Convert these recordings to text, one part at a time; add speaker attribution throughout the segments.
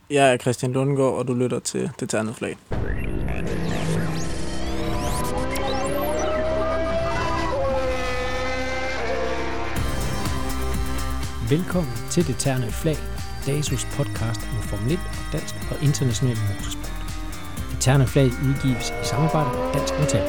Speaker 1: Jeg er Christian Lundgaard, og du lytter til Det Ternede Flag.
Speaker 2: Velkommen til Det Ternede Flag, DAZUs podcast om Formel 1 og dansk og international motorsport. Det Ternede Flag udgives i samarbejde med Dansk Metal.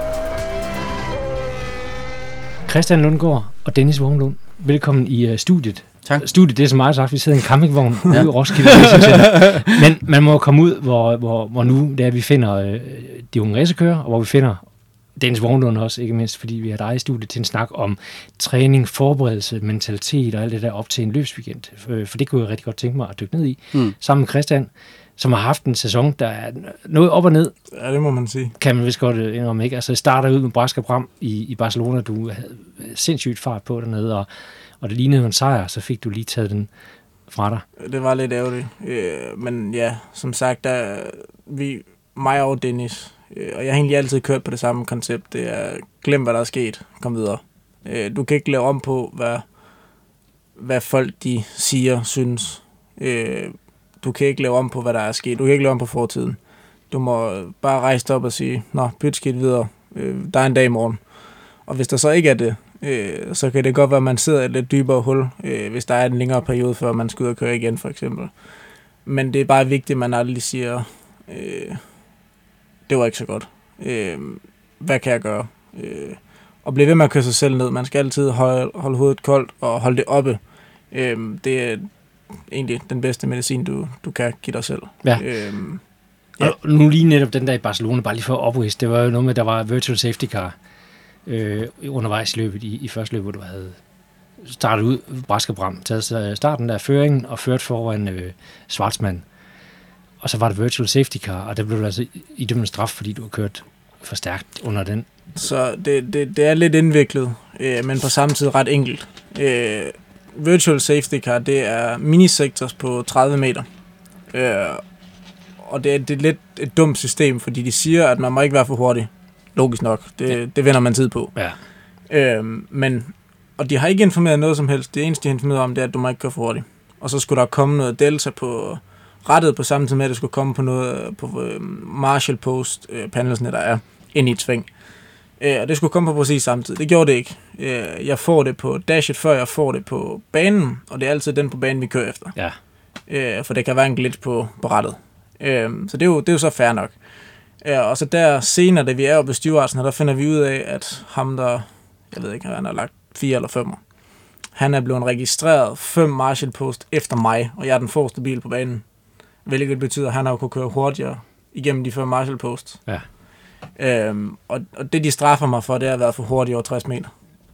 Speaker 2: Christian Lundgaard og Dennis Wormlund, velkommen i studiet.
Speaker 3: Tak.
Speaker 2: Studiet, det er så meget sagt, vi sidder i en campingvogn ude i Roskilde. Men man må komme ud, hvor nu det er, vi finder de unge racerkører, og hvor vi finder Dennis Wormlund også, ikke mindst, fordi vi har dig i studiet til en snak om træning, forberedelse, mentalitet og alt det der op til en løbsweekend. For det kunne jeg rigtig godt tænke mig at dykke ned i. Sammen med Christian, som har haft en sæson, der er noget op og ned.
Speaker 1: Ja, det må man sige.
Speaker 2: Kan man vist godt indrømme, ikke? Altså, jeg starter ud med Brask og Bram i Barcelona. Du havde sindssygt fart på dernede, og det lignede en sejr, så fik du lige taget den fra dig.
Speaker 1: Det var lidt ærgerligt. Men ja, som sagt, mig og Dennis, og jeg har egentlig altid kørt på det samme koncept. Det er, glem hvad der er sket, kom videre. Du kan ikke lave om på, hvad folk de siger, synes. Du kan ikke lave om på, hvad der er sket. Du kan ikke lave om på fortiden. Du må bare rejse op og sige, nå, pyt skidt videre. Der er en dag i morgen. Og hvis der så ikke er det, så kan det godt være, at man sidder i et lidt dybere hul, hvis der er en længere periode, før man skal ud og køre igen, for eksempel. Men det er bare vigtigt, at man aldrig siger, det var ikke så godt. Hvad kan jeg gøre? Og blive ved med at køre sig selv ned. Man skal altid holde hovedet koldt og holde det oppe. Det er egentlig den bedste medicin, du kan give dig selv.
Speaker 2: Ja. Ja. Og nu lige netop den der i Barcelona, bare lige for at opridse, det var jo noget med, der var virtual safety car undervejs i løbet i første løb, hvor du havde startet ud, Brask og Bram, taget starten der føringen og ført foran Schwarzman. Og så var det virtual safety car, og der blev du altså idømt en straf, fordi du har kørt for stærkt under den. Så
Speaker 1: det er lidt indviklet, men på samme tid ret enkelt. Virtual safety car, det er minisektors på 30 meter. Og det er lidt et dumt system, fordi de siger, at man må ikke være for hurtig. Logisk nok. Det vender man tid på.
Speaker 2: Ja.
Speaker 1: Og de har ikke informeret noget som helst. Det eneste, de har informeret om, det er, at du må ikke køre for hurtigt. Og så skulle der komme noget delta på rettet på samme tid med, at det skulle komme på noget på Marshall Post panelsene, der er inde i et sving. Og det skulle komme på præcis samme tid. Det gjorde det ikke. Jeg får det på dashet, før jeg får det på banen, og det er altid den på banen, vi kører efter.
Speaker 2: Ja.
Speaker 1: For det kan være en glitch på rettet. Så det er jo så fair nok. Og så der senere, da vi er oppe ved stewardsen, der finder vi ud af, at ham der, jeg ved ikke, han har lagt 4 eller 5'er. Han er blevet registreret 5 Marshall Post efter mig, og jeg er den forreste bil på banen. Hvilket betyder, at han har kunnet køre hurtigere igennem de 5 Marshall Post.
Speaker 2: Ja.
Speaker 1: Og det, de straffer mig for, det er at være for hurtigt over 60 meter.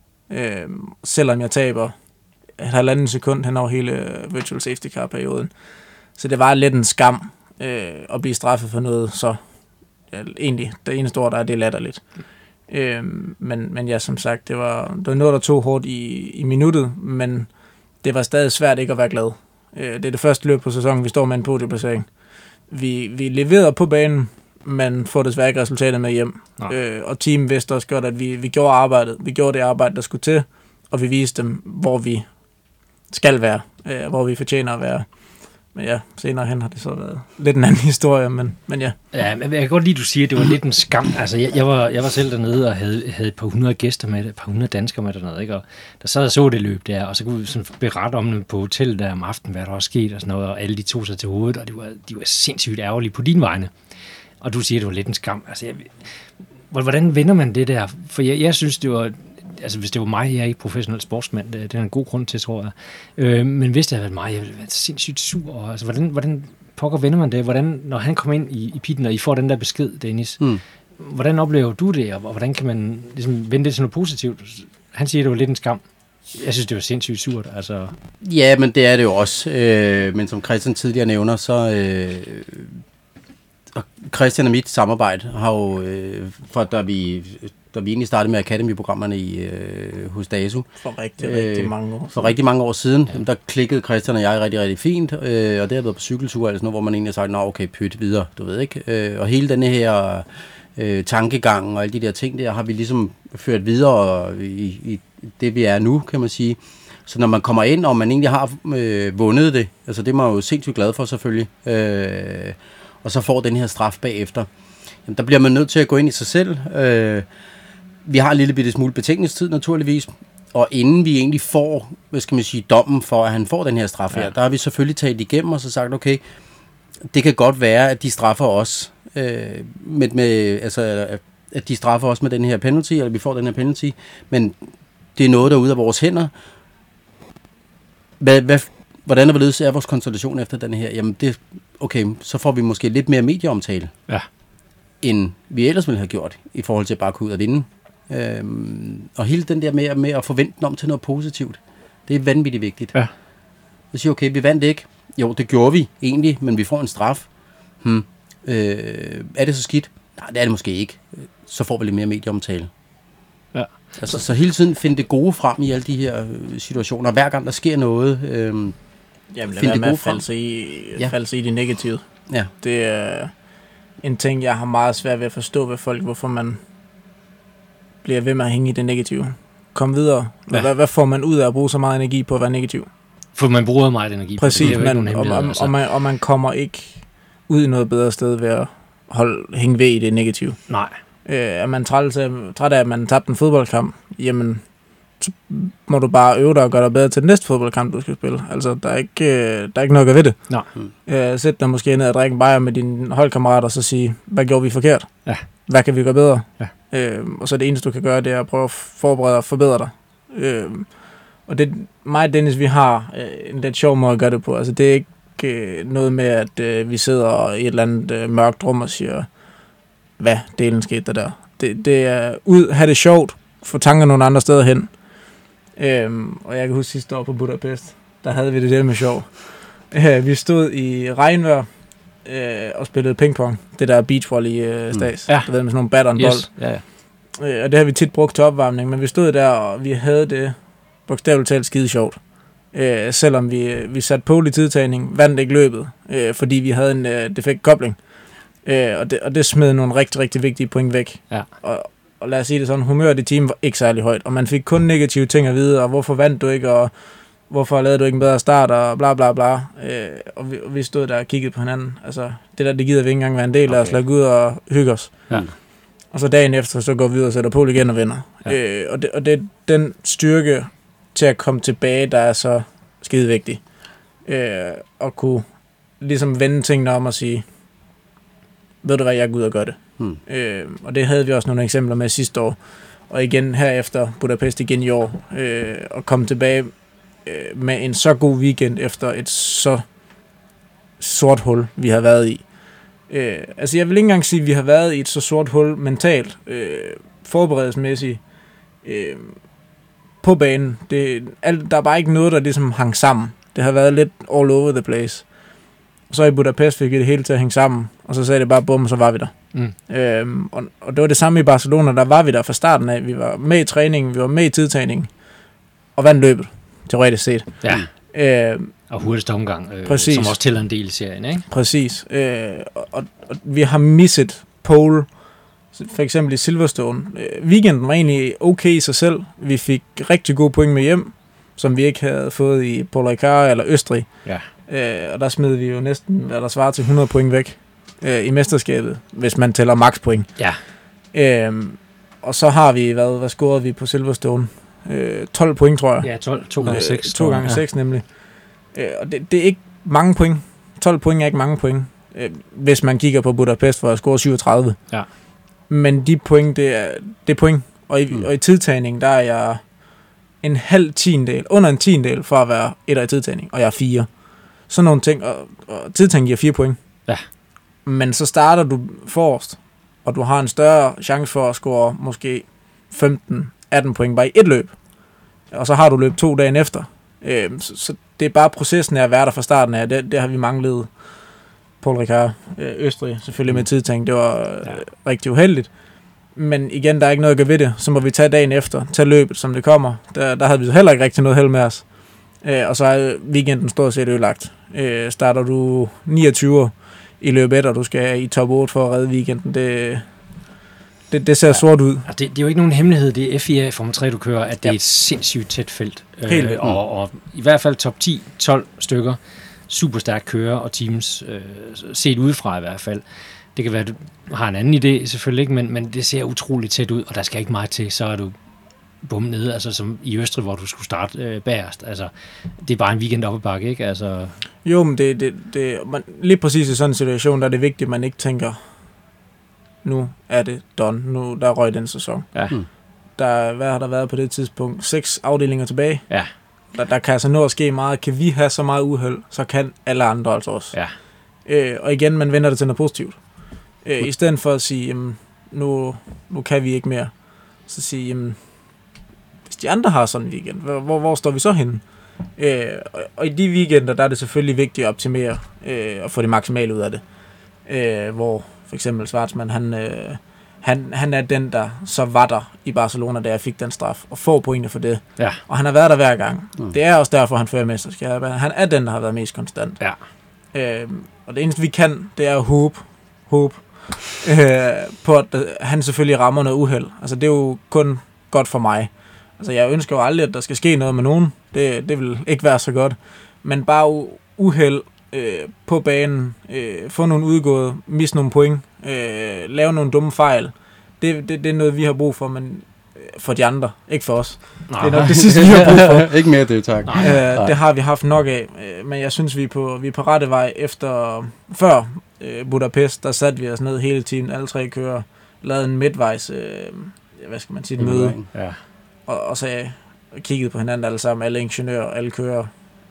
Speaker 1: Selvom jeg taber 1,5 sekund hen over hele virtual safety car-perioden. Så det var lidt en skam at blive straffet for noget, så egentlig, det eneste ord, der er, det er latterligt. Men ja, som sagt, det var noget, der tog hårdt i minuttet, men det var stadig svært ikke at være glad. Det er det første løb på sæsonen, vi står med en podieplacering. Vi leverede på banen, men får desværre ikke resultatet med hjem. Og teamet vidste også godt, at vi gjorde arbejdet. Vi gjorde det arbejde, der skulle til, og vi viste dem, hvor vi skal være, hvor vi fortjener at være. Men ja, senere hen har det så været lidt en anden historie, men ja.
Speaker 2: Ja, men jeg kan godt lide, at du siger, at det var lidt en skam. Altså, jeg var selv dernede og havde et par 100 gæster med, et par 100 danskere med dernede, ikke? Og der sad og så det løb der, og så kunne vi sådan berette om det på hotellet der om aftenen, hvad der var sket og sådan noget, og alle de tog sig til hovedet, og de var sindssygt ærgerlige på din vegne. Og du siger, at det var lidt en skam. Altså, hvordan vender man det der? For jeg synes, det var... Altså, hvis det var mig, jeg er ikke professionel sportsmand, det er en god grund til, tror jeg. Men hvis det havde været mig, jeg ville være sindssygt sur. Og, altså, hvordan pokker vender man det? Hvordan, når han kommer ind i pitten, og I får den der besked, Dennis, hvordan oplever du det, og hvordan kan man ligesom vende det til noget positivt? Han siger, det var lidt en skam. Jeg synes, det var sindssygt surt. Altså.
Speaker 3: Ja, men det er det jo også. Men som Christian tidligere nævner, så... og Christian og mit samarbejde har jo, fra da vi egentlig startede med Academy-programmerne hos DAZU.
Speaker 1: For rigtig mange år siden.
Speaker 3: For rigtig mange år siden. Ja. Der klikkede Christian og jeg rigtig, rigtig fint. Og det har været på cykeltur, eller sådan noget, hvor man egentlig har sagt, nå okay, pyt videre, du ved ikke. Og hele denne her tankegang og alle de der ting der, har vi ligesom ført videre i det, vi er nu, kan man sige. Så når man kommer ind, og man egentlig har vundet det, altså det er man jo sindssygt glad for selvfølgelig, og så får den her straf bagefter, jamen, der bliver man nødt til at gå ind i sig selv. Vi har en lille bitte smule betænkningstid naturligvis, og inden vi egentlig får, hvad skal man sige, dommen for, at han får den her straf her, der har vi selvfølgelig taget igennem og så sagt, okay, det kan godt være, at de straffer os altså, at de straffer os med den her penalty, eller vi får den her penalty, men det er noget, der er ude af vores hænder. Hvordan er vores konstellation efter den her? Jamen, okay, så får vi måske lidt mere medieomtale, end vi ellers ville have gjort, i forhold til at bare kunne ud og vinde. Og hele den der med at forvente den om til noget positivt, det er vanvittigt vigtigt. Ja. Så siger okay, vi vandt ikke. Jo, det gjorde vi egentlig, men vi får en straf. Er det så skidt? Nej, det er det måske ikke. Så får vi lidt mere medieomtale. Ja. Altså, så hele tiden finde det gode frem i alle de her situationer. Hver gang der sker noget,
Speaker 1: jamen, lad være med at falde sig i det negative. Ja. Det er en ting, jeg har meget svært ved at forstå ved folk, hvorfor man bliver ved med at hænge i det negative. Kom videre. Ja. Hvad får man ud af at bruge så meget energi på at være negativ?
Speaker 2: For man bruger meget energi på det.
Speaker 1: Præcis, og man kommer ikke ud i noget bedre sted ved at hænge ved i det negative.
Speaker 2: Nej.
Speaker 1: Er man træt af, at man tabte en fodboldkamp, jamen, så må du bare øve dig og gøre dig bedre til den næste fodboldkamp, du skal spille. Altså, der er ikke noget at ved det. Nej. Sæt dig måske ned og drikke en bajer med dine holdkammerater, og så sige, hvad gjorde vi forkert? Ja. Hvad kan vi gøre bedre? Ja. Og så det eneste, du kan gøre, det er at prøve at forberede og forbedre dig. Og det mig og Dennis, vi har en lidt sjov måde at gøre det på. Altså, det er ikke noget med, at vi sidder i et eller andet mørkt rum og siger, hvad delen skete der. Det er ud, have det sjovt, få tanker nogle andre steder hen. Og jeg kan huske sidste år på Budapest, der havde vi det med sjov. Vi stod i regnvejr og spillede pingpong. Det der beachvolley stads. Ja. Du ved, med sådan nogle batter og en bold. Ja, ja. Og det har vi tit brugt til opvarmning, men vi stod der, og vi havde det bogstaveligt talt skide sjovt. Selvom vi satte pole i tidtagning, vandt ikke løbet, fordi vi havde en defekt kobling. Og det smed nogle rigtig, rigtig vigtige point væk. Ja. Og lad os sige det sådan, humøret i team var ikke særlig højt, og man fik kun negative ting at vide, og hvorfor vandt du ikke, og hvorfor lavede du ikke en bedre start, og bla bla bla. Og vi stod der og kiggede på hinanden. Altså, det gider vi ikke engang være en del af, os lade ud og hygge os. Ja. Og så dagen efter, så går vi ud og sætter på igen og vinder. Ja. Og det er den styrke til at komme tilbage, der er så skide vigtig. Og kunne ligesom vende tingene om og sige, ved du hvad, jeg går ud og gør det. Og det havde vi også nogle eksempler med sidste år. Og igen herefter Budapest igen i år. Og komme tilbage med en så god weekend efter et så sort hul, vi har været i. Altså jeg vil ikke engang sige, at vi har været i et så sort hul mentalt, forberedelsesmæssigt, på banen. Der er bare ikke noget, der ligesom hang sammen. Det har været lidt all over the place. Og så i Budapest fik vi det hele til at hænge sammen, og så sagde det bare bum, og så var vi der. Og det var det samme i Barcelona, der var vi der fra starten af. Vi var med i træningen, vi var med i tidtagningen, og vandt løbet, teoretisk set.
Speaker 2: Ja. Og hurtigste omgang, som også tæller en del i serien, ikke?
Speaker 1: Præcis. Og vi har misset pole, for eksempel i Silverstone. Weekenden var egentlig okay i sig selv. Vi fik rigtig gode point med hjem, som vi ikke havde fået i Paul Ricard eller Østrig. Ja. Og der smed vi jo næsten, hvad der svarer til 100 point væk i mesterskabet, hvis man tæller max point. Ja. Og så har vi, hvad scorede vi på Silverstone? 12 point, tror jeg.
Speaker 2: Ja, 12, 2 gange 6.
Speaker 1: 2 gange 6 nemlig. Og det er ikke mange point. 12 point er ikke mange point, hvis man kigger på Budapest, hvor jeg scorer 37. Ja. Men de point, det er point. Og i tidtagning, der er jeg en halv tiendedel, under en tiendedel for at være etter i tidtagning, og jeg er 4. Sådan nogle ting, og tidtagning giver 4 point. Ja. Men så starter du forrest, og du har en større chance for at score måske 15-18 point bare i et løb. Og så har du løbet 2 dage efter. Så det er bare processen af at være der fra starten af. Det har vi manglet. Paul Ricard, Østrig, selvfølgelig med tidtagning. Det var rigtig uheldigt. Men igen, der er ikke noget at gøre ved det. Så må vi tage dagen efter, tage løbet, som det kommer. Der havde vi så heller ikke rigtig noget held med os. Og så er weekenden stort set ødelagt. Starter du 29 i løbet 1, og du skal i top 8 for at redde weekenden. det ser sort ud.
Speaker 2: Altså, det er jo ikke nogen hemmelighed, det er FIA Formel 3, du kører, at det er et sindssygt tæt felt.
Speaker 1: Helt vildt.
Speaker 2: Og i hvert fald top 10-12 stykker super stærkt kører og teams, set udefra i hvert fald. Det kan være, at du har en anden idé, selvfølgelig ikke, men det ser utroligt tæt ud, og der skal ikke meget til, så er du bum nede, altså som i Østrig, hvor du skulle starte bagerst. Altså, det er bare en weekend op ad bakke, ikke? Altså...
Speaker 1: Jo, men lige præcis i sådan en situation, der er det vigtigt, at man ikke tænker, nu er det done, nu der røg den sæson.
Speaker 2: Ja.
Speaker 1: Hvad har der været på det tidspunkt? 6 afdelinger tilbage.
Speaker 2: Ja.
Speaker 1: Der kan altså nå at ske meget. Kan vi have så meget uheld, så kan alle andre altså også.
Speaker 2: Ja.
Speaker 1: Og igen, man vender det til noget positivt. I stedet for at sige, jamen, nu kan vi ikke mere. Så sige, jamen, hvis de andre har sådan en weekend, hvor står vi så henne? Og i de weekender, der er det selvfølgelig vigtigt at optimere og få det maksimale ud af det. Hvor for eksempel Schwarzman, han er den, der så var der i Barcelona, da jeg fik den straf, og får pointer for det.
Speaker 2: Ja.
Speaker 1: Og han har været der hver gang. Det er også derfor, han fører mesterskab. Han er den, der har været mest konstant.
Speaker 2: Ja.
Speaker 1: Og det eneste, vi kan, det er at håbe på, at han selvfølgelig rammer noget uheld. Altså, det er jo kun godt for mig. Altså, jeg ønsker jo aldrig, at der skal ske noget med nogen. Det vil ikke være så godt. Men bare uheld på banen, få nogle udgået, miste nogle point, lave nogle dumme fejl. Det er noget, vi har brug for, men for de andre, ikke for os. Det er nok det sidste, vi har brug for.
Speaker 3: Ikke mere det, tak.
Speaker 1: Det har vi haft nok af, men jeg synes, vi er på rette vej efter. Før Budapest, der satte vi os ned hele tiden, alle 3 kører, lavede en midtvejs, hvad skal man sige, et møde,
Speaker 3: Ja.
Speaker 1: og så kiggede på hinanden alle sammen, alle ingeniører, alle kører,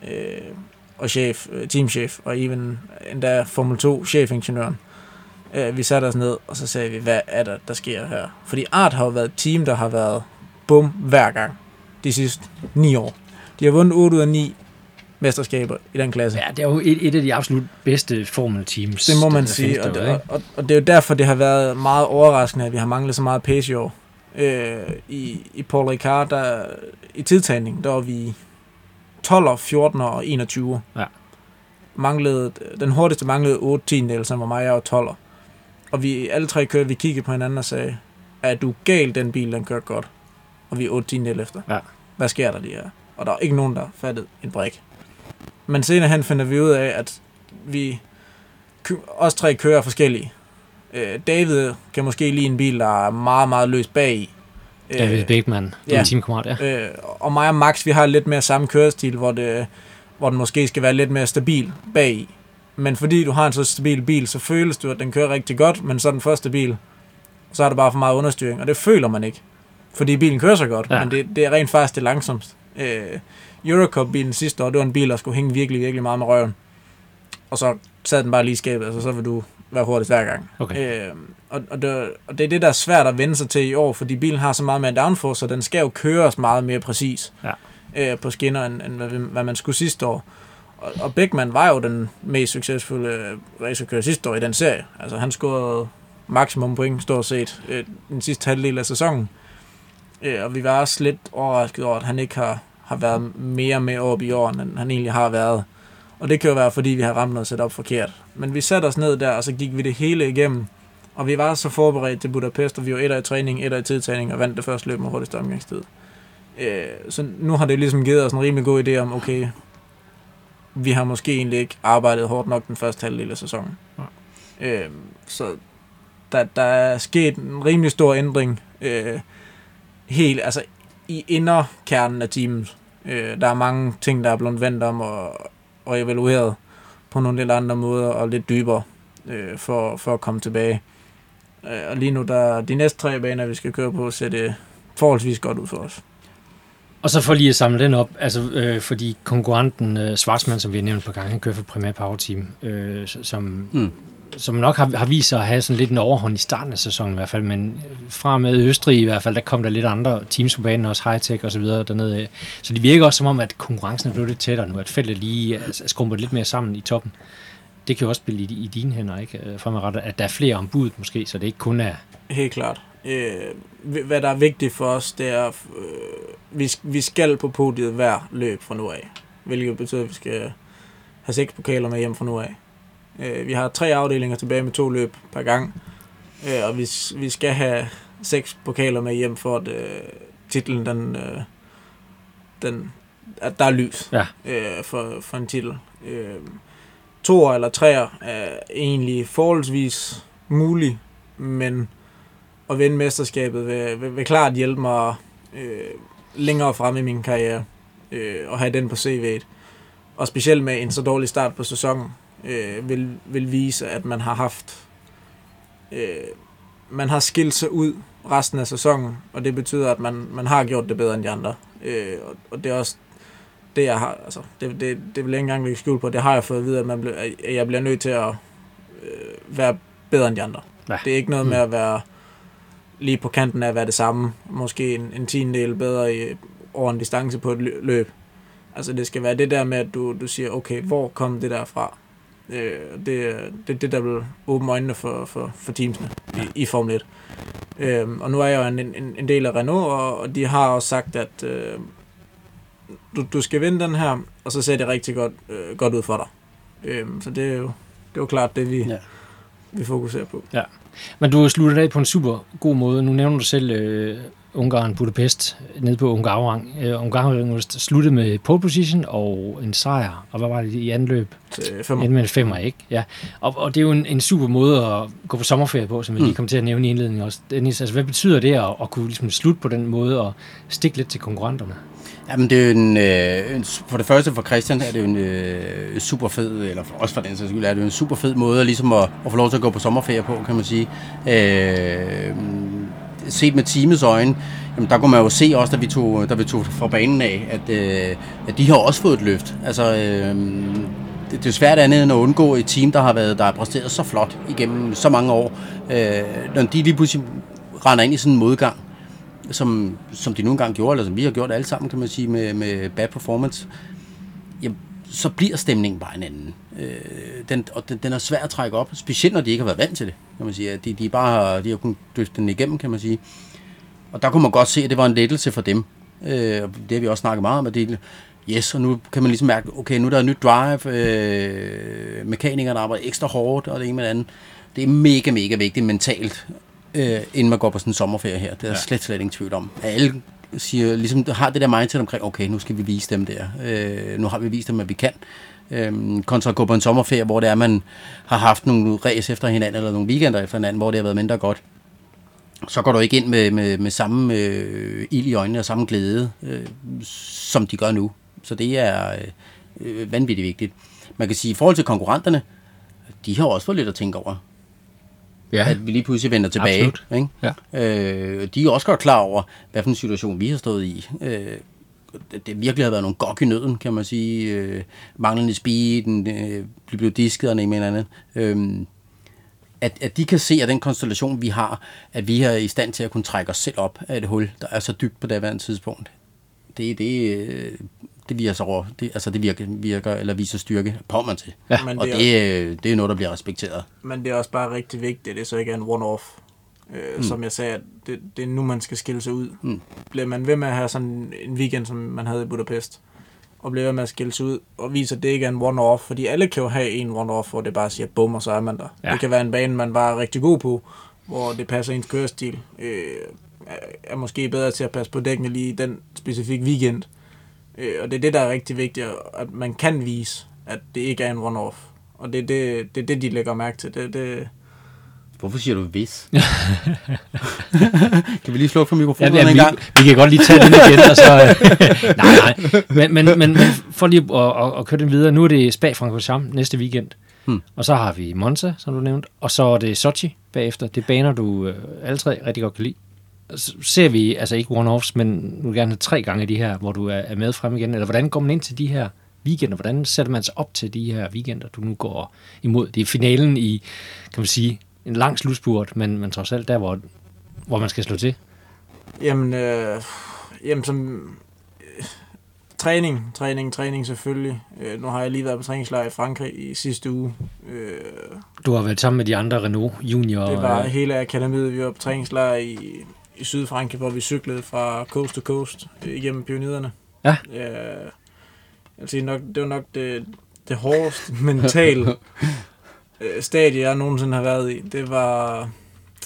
Speaker 1: og chef, teamchef, og endda Formel 2 chefingeniøren. Vi satte os ned, og så sagde vi, hvad er der sker her? Fordi Art har jo været et team, der har været bum hver gang de sidste 9 år. De har vundet 8 ud af 9 mesterskaber i den klasse.
Speaker 2: Ja, det er jo et af de absolut bedste Formel-teams.
Speaker 1: Det må man sige, og det er jo derfor, det har været meget overraskende, at vi har manglet så meget pace i år. I Paul Ricard, der i tidtagning, der var vi 12'er, 14'er og 21'er.
Speaker 2: Ja.
Speaker 1: Den hurtigste manglede 8 tiendedel, som var mig, jeg var 12'er. Og vi alle 3 kørte, vi kiggede på hinanden og sagde, er du gal, den bil, den kører godt? Og vi er 8 tiendedel efter.
Speaker 2: Ja.
Speaker 1: Hvad sker der lige her? Og der er ikke nogen, der fattede en brik. Men senere hen finder vi ud af, at vi os 3 kører forskellige. David kan måske lide en bil, der er meget, meget løs bag i.
Speaker 2: David Beckmann, din teamkammerat, ja.
Speaker 1: Og mig og Max, vi har lidt mere samme kørestil, hvor den måske skal være lidt mere stabil bag i. Men fordi du har en så stabil bil, så føles du, at den kører rigtig godt, men så er den første bil, så er der bare for meget understyring, og det føler man ikke. Fordi bilen kører så godt, men det er rent faktisk det langsomst. Eurocup-bilen sidste år, det var en bil, der skulle hænge virkelig, virkelig meget med røven. Og så sad den bare lige i skabet, altså så vil du være hurtigst hver gang.
Speaker 2: Okay.
Speaker 1: Og det er det, der er svært at vende sig til i år, fordi bilen har så meget mere downforce, så den skal jo køres meget mere præcis på skinner, end hvad man skulle sidste år. Og Beckmann var jo den mest succesfulde racerkører sidste år i den serie. Altså han scorede maksimum point, stort set, den sidste halvdel af sæsonen. Og vi var også lidt overrasket over, at han ikke har været mere med op i år, end han egentlig har været. Og det kan jo være, fordi vi har ramt noget setup forkert. Men vi satte os ned der, og så gik vi det hele igennem. Og vi var så forberedt til Budapest, og vi var 1 i træning, 1 i tidtræning, og vandt det første løb med hurtigste omgangstid. Så nu har det ligesom givet os en rimelig god idé om, okay, vi har måske egentlig ikke arbejdet hårdt nok den første halvdel af sæsonen. Så der er sket en rimelig stor ændring helt, altså i inderkernen af teamet. Der er mange ting, der er blevet vendt om og evalueret på nogle lidt andre måder og lidt dybere for at komme tilbage. Og lige nu, de næste 3 baner, vi skal køre på, ser det forholdsvis godt ud for os.
Speaker 2: Og så for lige at samle den op, altså fordi konkurrenten Schwarzman, som vi har nævnt på gang, han kører for Premier Power Team, som nok har vist sig at have sådan lidt en overhånd i starten af sæsonen i hvert fald, men fra med Østrig i hvert fald, der kom der lidt andre teams på banen, også high-tech og så videre dernede. Så det virker også som om, at konkurrencen er blevet lidt tættere nu, at feltet lige er skrumpet lidt mere sammen i toppen. Det kan jo også blive i dine hænder, ikke? Fremadrettet, at der er flere om budet måske, så det ikke kun er... Helt
Speaker 1: klart. Hvad der er vigtigt for os, det er, vi skal på podiet hver løb fra nu af. Hvilket betyder, at vi skal have 6 pokaler med hjem fra nu af. Vi har 3 afdelinger tilbage med 2 løb per gang. Og vi skal have 6 pokaler med hjem for, at titlen, at der er lys for en titel. 2 eller 3 er egentlig forholdsvis muligt, men at vinde mesterskabet vil klart hjælpe mig længere frem i min karriere og have den på CV'et. Og specielt med en så dårlig start på sæsonen vil vise, at man har haft man har skilt sig ud resten af sæsonen, og det betyder, at man har gjort det bedre end de andre. Og det er også det, jeg har, altså, det vil jeg ikke engang lægge skjul på, det har jeg fået at vide, at jeg bliver nødt til at være bedre end de andre. Ja. Det er ikke noget med at være lige på kanten af at være det samme, måske en tiendedel bedre over en distance på et løb. Altså det skal være det der med, at du siger, okay, hvor kom det der fra? Det er det, der vil åbne øjnene for teamsene i Formel 1. Og nu er jeg jo en del af Renault, og de har også sagt, at du skal vinde den her, og så ser det rigtig godt ud for dig. Så det er jo klart det, vi fokuserer på. Ja.
Speaker 2: Men du slutter af på en super god måde. Nu nævner du selv Ungarn, Budapest, nede på Ungarn. Ungarn sluttede med pole position og en sejr. Og hvad var det i anden løb? Med en 5'er, ikke? Ja. Og det er jo en super måde at gå på sommerferie på, som jeg lige kom til at nævne i indledningen også. Dennis, altså, hvad betyder det at kunne ligesom slutte på den måde og stikke lidt til konkurrenterne?
Speaker 3: Jamen det er jo for det første for Christian er det jo en super fed, eller også for den sags skyld, er det jo en super fed måde ligesom at få lov til at gå på sommerferie på, kan man sige. Set med teamets øjne, jamen der kunne man jo se også, da vi tog fra banen af, at de har også fået et løft. Altså, det er svært andet end at undgå et team, der har præsteret så flot igennem så mange år. Når de lige pludselig render ind i sådan en modgang, som de nogle gange gjorde, eller som vi har gjort alle sammen, kan man sige, med bad performance, jamen, så bliver stemningen bare en anden. Den er svær at trække op, specielt når de ikke har været vant til det, kan man sige. De har kunnet døfte den igennem, kan man sige. Og der kunne man godt se, at det var en lettelse for dem. Og det har vi også snakket meget om, at det yes, og nu kan man ligesom mærke, okay, nu er der et nyt drive, mekanikerne arbejder ekstra hårdt, og det ene med det andet. Det er mega, mega vigtigt mentalt, inden man går på sådan en sommerferie her. Det er slet ingen tvivl om. Alle siger, ligesom, har det der mindset omkring, okay, nu skal vi vise dem der. Nu har vi vist dem, at vi kan. Kontra at gå på en sommerferie, hvor det er, man har haft nogle race efter hinanden, eller nogle weekender efter hinanden, hvor det har været mindre godt. Så går du ikke ind med samme ild i øjnene og samme glæde, som de gør nu. Så det er vanvittigt vigtigt. Man kan sige, i forhold til konkurrenterne, de har også fået lidt at tænke over. Ja. At vi lige pludselig vender tilbage. Ikke? Ja. De er også godt klar over, hvad for en situation vi har stået i. Det virkelig har været nogle gok i nøden, kan man sige. Manglende speed, blev disket og noget andet. At de kan se, at den konstellation, vi har, at vi er i stand til at kunne trække os selv op af et hul, der er så dybt på daværende tidspunkt. Det virker så det virker eller viser styrke på man til. Ja. Og det er noget, der bliver respekteret.
Speaker 1: Men det er også bare rigtig vigtigt, at det så ikke er en one-off. Som jeg sagde, det er nu, man skal skille sig ud. Bliver man ved med at have sådan en weekend, som man havde i Budapest, og bliver ved med at skille sig ud, og viser, at det ikke er en one-off, fordi alle kan jo have en one-off, hvor det bare siger bum, og så er man der. Ja. Det kan være en bane, man bare er rigtig god på, hvor det passer ens kørestil, er måske bedre til at passe på dækkene lige i den specifikke weekend. Og det er det, der er rigtig vigtigt, at man kan vise, at det ikke er en one-off. Og det er det, de lægger mærke til. Det.
Speaker 3: Hvorfor siger du hvis? Kan vi lige slukke for mikrofonen en gang?
Speaker 2: Vi kan godt lige tage den igen. Og så, nej. Men for lige at køre den videre. Nu er det Spa-Francorchamps næste weekend. Og så har vi Monza, som du nævnte. Og så er det Sochi bagefter. Det baner du alle tre rigtig godt kan lide. Så ser vi, altså ikke one-offs, men nu vil gerne have 3 gange de her, hvor du er med frem igen. Eller hvordan går man ind til de her weekender? Hvordan sætter man sig op til de her weekender, du nu går imod? Det er finalen i, kan man sige, en lang slutspurt, men trods alt der, hvor man skal slå til.
Speaker 1: Jamen som træning selvfølgelig. Nu har jeg lige været på træningslejr i Frankrig i sidste uge.
Speaker 2: Du har været sammen med de andre Renault Junior.
Speaker 1: Det var hele akademiet. Vi var på træningslejr i Sydfrankrig, hvor vi cyklede fra coast to coast igennem Pyreniderne.
Speaker 2: Ja.
Speaker 1: Jeg vil sige, det var nok det hårdeste mentale stadie, jeg nogensinde har været i. Det var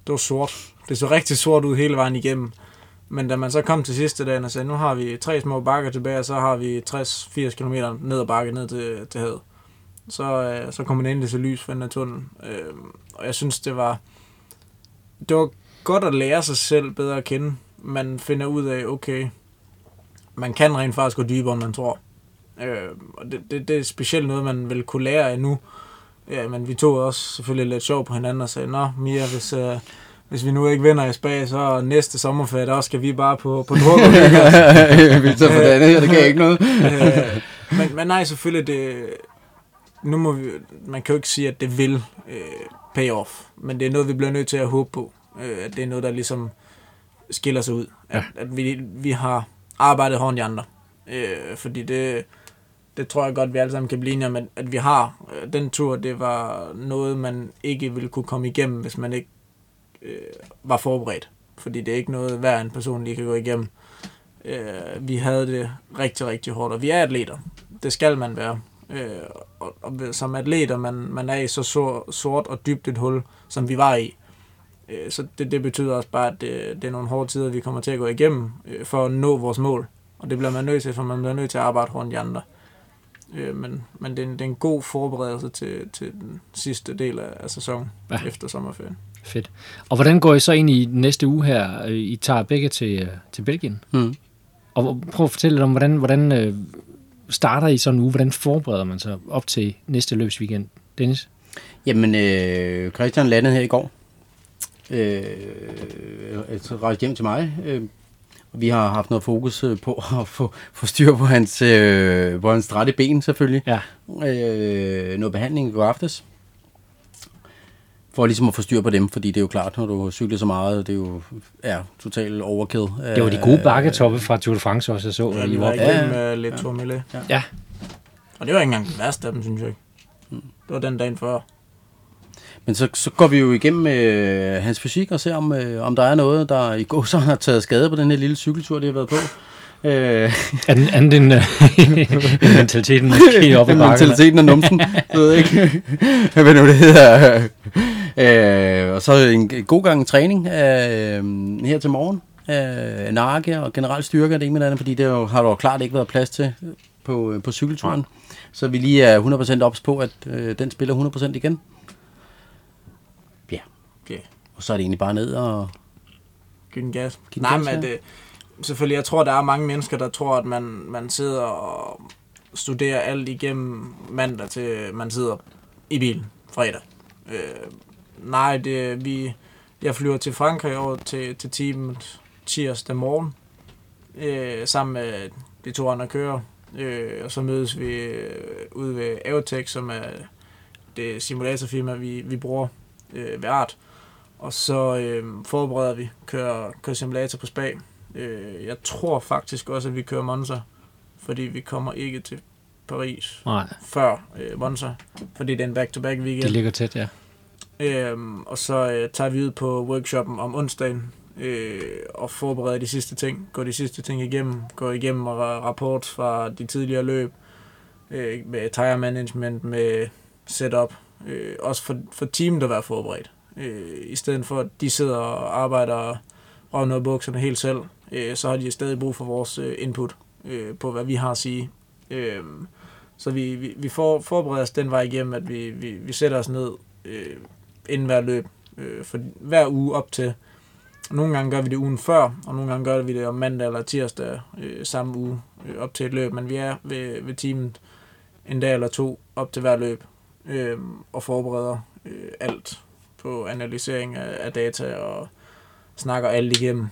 Speaker 1: var sort. Det så rigtig sort ud hele vejen igennem. Men da man så kom til sidste dagen og sagde, nu har vi 3 små bakker tilbage, og så har vi 60-80 km ned ad bakke ned til havet. Så kom man endelig til lys for den her tunnel. Og jeg synes, det var godt at lære sig selv bedre at kende. Man finder ud af, okay, man kan rent faktisk gå dybere, end man tror. Og det er specielt noget, man vil kunne lære af nu. Ja, men vi tog også selvfølgelig lidt sjov på hinanden og sagde, nå Mia, hvis vi nu ikke vinder i Spa, så næste sommerferie, der skal vi bare på drukker.
Speaker 3: Vi tager for det andet, det kan ikke noget.
Speaker 1: Men nej, selvfølgelig, nu man kan jo ikke sige, at det vil pay off, men det er noget, vi bliver nødt til at håbe på, at det er noget, der ligesom skiller sig ud. At vi har arbejdet hårdt i andre. Fordi det tror jeg godt, vi alle sammen kan blive enige om, at vi har. Den tur, det var noget, man ikke ville kunne komme igennem, hvis man ikke var forberedt. Fordi det er ikke noget, hver en person lige kan gå igennem. Vi havde det rigtig, rigtig hårdt, og vi er atleter. Det skal man være. Og som atleter, man er i så sort og dybt et hul, som vi var i. Så det betyder også bare, at det er nogle hårde tider, vi kommer til at gå igennem, for at nå vores mål. Og det bliver man nødt til, for man bliver nødt til at arbejde hårdt de andre. Men det er en god forberedelse til den sidste del af sæsonen efter sommerferien.
Speaker 2: Fedt. Og hvordan går I så ind i næste uge her? I tager begge til Belgien. Og prøv at fortælle lidt om, hvordan starter I sådan en uge? Hvordan forbereder man sig op til næste løbsweekend? Dennis?
Speaker 3: Jamen, Christian landede her i går. Rejste hjem til mig. Vi har haft noget fokus på at få styr på hans trætte ben, selvfølgelig.
Speaker 2: Ja.
Speaker 3: Noget behandling i går aftes. For ligesom at få styr på dem, fordi det er jo klart, når du cykler så meget, det er jo totalt overkill.
Speaker 2: Det var de gode bakketoppe fra Tour de France også, jeg så.
Speaker 1: Ja, vi var igennem lidt Tourmalet.
Speaker 2: Ja.
Speaker 1: Og det var ikke engang den værste af dem, synes jeg ikke. Det var den dagen før.
Speaker 3: Men så går vi jo igennem hans fysik og ser, om der er noget, der i går så har taget skade på den her lille cykeltur, det har været på.
Speaker 2: Anden mentaliteten måske op i bakken.
Speaker 3: Mentaliteten af numsen, ved jeg ikke. Hvad nu det hedder. Og så en god gang træning her til morgen. Nakke og generelt styrke, det ene med det andet, fordi det har der jo klart ikke været plads til på cykelturen. Ja. Så vi lige er 100% ops på, at den spiller 100% igen. Ja.
Speaker 1: Okay.
Speaker 3: Og så er det egentlig bare ned og
Speaker 1: give den gas. Nej, men selvfølgelig, jeg tror, der er mange mennesker, der tror, at man sidder og studerer alt igennem mandag til man sidder i bilen fredag. Nej, jeg flyver til Frankrig over til teamet tirsdag morgen, sammen med de 2 andre kører. Og så mødes vi ude ved Aeotech, som er det simulatorfirma, vi bruger ved ART. Og så forbereder vi, kører simulator på Spa. Jeg tror faktisk også, at vi kører Monza, fordi vi kommer ikke til Paris før Monza, fordi det er en back-to-back weekend.
Speaker 2: Det ligger tæt, ja.
Speaker 1: Og så tager vi ud på workshoppen om onsdagen og forbereder de sidste ting. Går de sidste ting igennem. Går igennem rapport fra de tidligere løb med tire management, med setup. Også for teamet at være forberedt. I stedet for, at de sidder og arbejder og røver noget bukserne helt selv, så har de stadig brug for vores input på, hvad vi har at sige. Så vi forbereder os den vej igennem, at vi sætter os ned inden hver løb. For hver uge op til. Nogle gange gør vi det ugen før, og nogle gange gør vi det om mandag eller tirsdag samme uge op til et løb. Men vi er ved teamet en dag eller 2 op til hver løb og forbereder alt på analysering af data og snakker alt igennem.